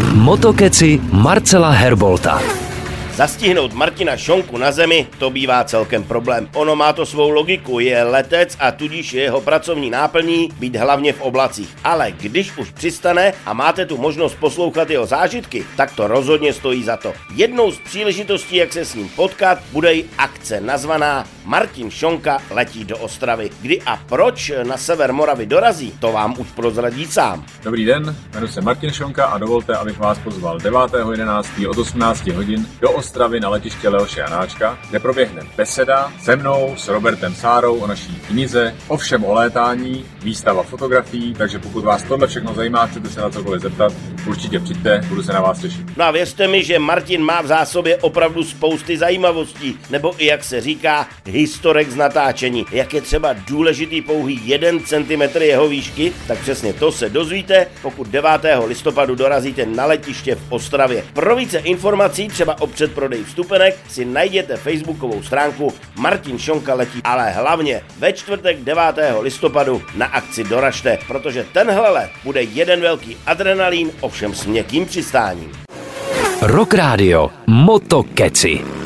Motokeci Marcela Herbolta. Zastihnout Martina Šonku na zemi, to bývá celkem problém. Ono má to svou logiku, je letec a tudíž jeho pracovní náplní být hlavně v oblacích. Ale když už přistane a máte tu možnost poslouchat jeho zážitky, tak to rozhodně stojí za to. Jednou z příležitostí, jak se s ním potkat, bude i akce nazvaná Martin Šonka letí do Ostravy. Kdy a proč na sever Moravy dorazí, to vám už prozradí sám. Dobrý den, jmenuji se Martin Šonka a dovolte, abych vás pozval 9.11. od 18 hodin do Ostravy na letiště Leoše Janáčka, kde proběhne beseda se mnou, s Robertem Sárou o naší knize, ovšem o létání, výstava fotografií, takže pokud vás tohle všechno zajímá, chcete se na cokoliv zeptat, určitě přijďte, budu se na vás těšit. No a věřte mi, že Martin má v zásobě opravdu spousty zajímavostí, nebo i jak se říká, historek z natáčení. Jak je třeba důležitý pouhý 1 cm jeho výšky, tak přesně to se dozvíte, pokud 9. listopadu dorazíte na letiště v Ostravě. Pro více informací, třeba o předprodej vstupenek, si najděte facebookovou stránku Martin Šonka letí, ale hlavně ve čtvrtek 9. listopadu na akci doražte, protože tenhle let bude jeden velký adrenalín, ovšem s měkkým přistáním. Rock Radio Motokeci.